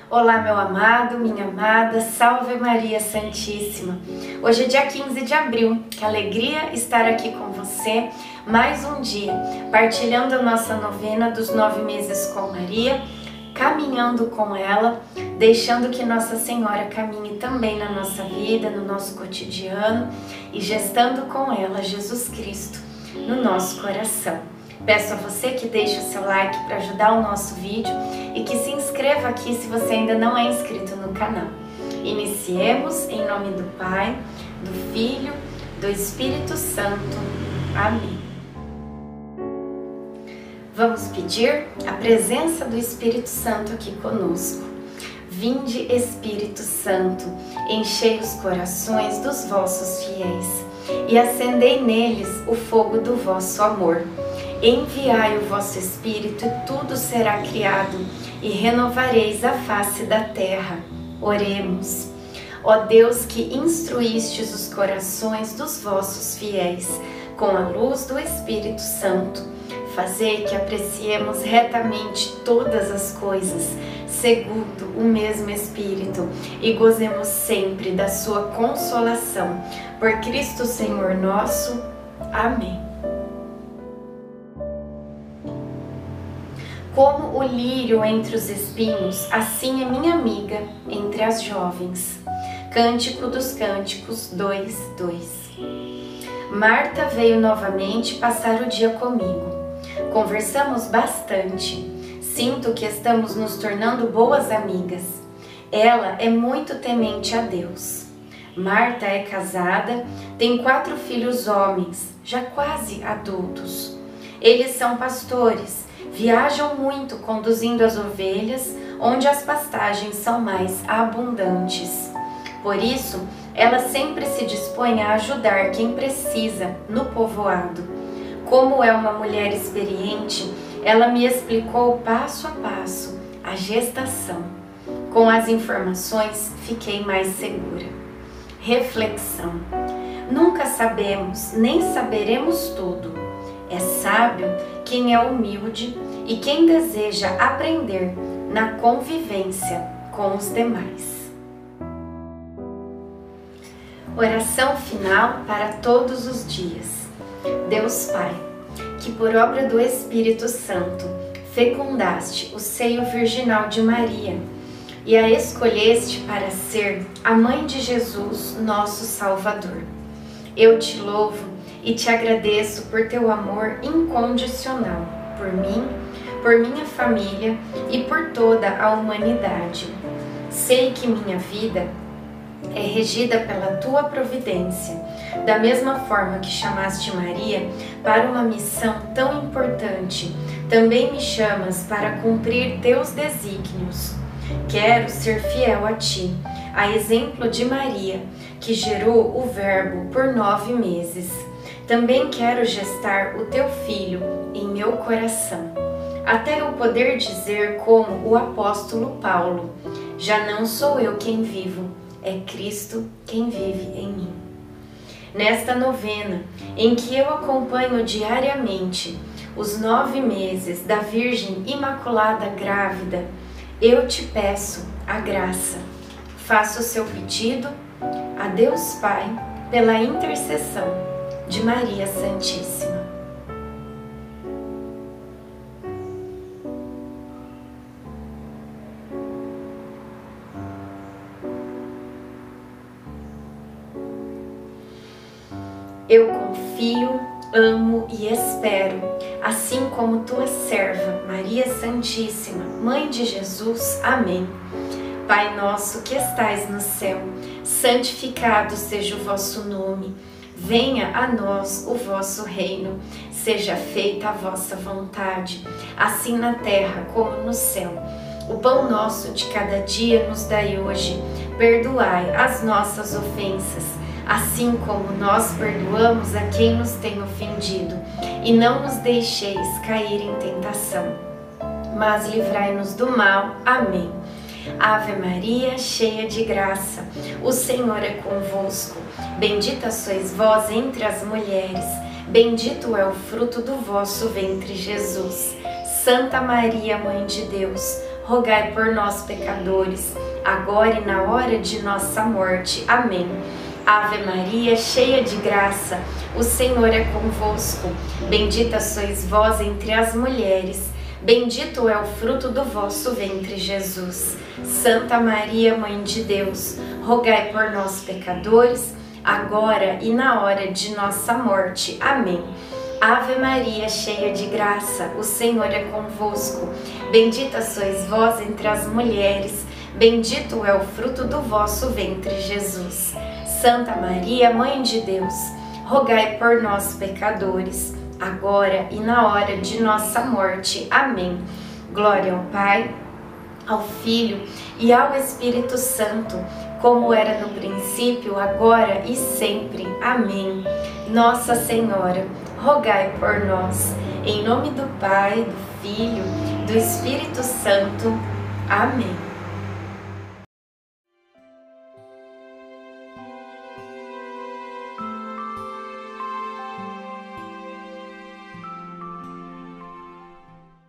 Olá, meu amado, minha amada, salve Maria Santíssima. Hoje é dia 15 de abril, que alegria estar aqui com você mais um dia, partilhando a nossa novena dos 9 meses com Maria, caminhando com ela, deixando que Nossa Senhora caminhe também na nossa vida, no nosso cotidiano e gestando com ela Jesus Cristo no nosso coração. Peço a você que deixe o seu like para ajudar o nosso vídeo e que se inscreva aqui se você ainda não é inscrito no canal. Iniciemos em nome do Pai, do Filho, do Espírito Santo. Amém. Vamos pedir a presença do Espírito Santo aqui conosco. Vinde, Espírito Santo, enchei os corações dos vossos fiéis e acendei neles o fogo do vosso amor. Enviai o vosso Espírito e tudo será criado e renovareis a face da terra. Oremos. Ó Deus, que instruístes os corações dos vossos fiéis com a luz do Espírito Santo, fazei que apreciemos retamente todas as coisas, segundo o mesmo Espírito, e gozemos sempre da sua consolação. Por Cristo Senhor nosso. Amém. Como o lírio entre os espinhos, assim é minha amiga entre as jovens. Cântico dos Cânticos 2:2. Marta veio novamente passar o dia comigo. Conversamos bastante. Sinto que estamos nos tornando boas amigas. Ela é muito temente a Deus. Marta é casada, tem 4 filhos homens, já quase adultos. Eles são pastores. Viajam muito conduzindo as ovelhas onde as pastagens são mais abundantes. Por isso, ela sempre se dispõe a ajudar quem precisa no povoado. Como é uma mulher experiente, ela me explicou passo a passo a gestação. Com as informações, fiquei mais segura. Reflexão. Nunca sabemos, nem saberemos tudo. É sábio quem é humilde e quem deseja aprender na convivência com os demais. Oração final para todos os dias. Deus Pai, que por obra do Espírito Santo fecundaste o seio virginal de Maria e a escolheste para ser a mãe de Jesus, nosso Salvador. Eu te louvo e te agradeço por teu amor incondicional, por mim, por minha família e por toda a humanidade. Sei que minha vida é regida pela tua providência, da mesma forma que chamaste Maria para uma missão tão importante, também me chamas para cumprir teus desígnios. Quero ser fiel a ti, a exemplo de Maria, que gerou o Verbo por 9 meses. Também quero gestar o teu filho em meu coração, até eu poder dizer como o apóstolo Paulo: já não sou eu quem vivo, é Cristo quem vive em mim. Nesta novena, em que eu acompanho diariamente os 9 meses da Virgem Imaculada Grávida, eu te peço a graça. Faça o seu pedido a Deus Pai pela intercessão de Maria Santíssima. Eu confio, amo e espero, assim como tua serva, Maria Santíssima, Mãe de Jesus. Amém. Pai nosso que estais no céu, santificado seja o vosso nome. Venha a nós o vosso reino, seja feita a vossa vontade, assim na terra como no céu. O pão nosso de cada dia nos dai hoje, perdoai as nossas ofensas, assim como nós perdoamos a quem nos tem ofendido, e não nos deixeis cair em tentação, mas livrai-nos do mal. Amém. Ave Maria, cheia de graça, o Senhor é convosco. Bendita sois vós entre as mulheres, bendito é o fruto do vosso ventre, Jesus. Santa Maria, Mãe de Deus, rogai por nós, pecadores, agora e na hora de nossa morte. Amém. Ave Maria, cheia de graça, o Senhor é convosco. Bendita sois vós entre as mulheres, bendito é o fruto do vosso ventre, Jesus. Santa Maria, Mãe de Deus, rogai por nós, pecadores, agora e na hora de nossa morte. Amém. Ave Maria, cheia de graça, o Senhor é convosco. Bendita sois vós entre as mulheres, bendito é o fruto do vosso ventre, Jesus. Santa Maria, Mãe de Deus, rogai por nós, pecadores, agora e na hora de nossa morte. Amém. Glória ao Pai, ao Filho e ao Espírito Santo, como era no princípio, agora e sempre. Amém. Nossa Senhora, rogai por nós. Em nome do Pai, do Filho, do Espírito Santo. Amém.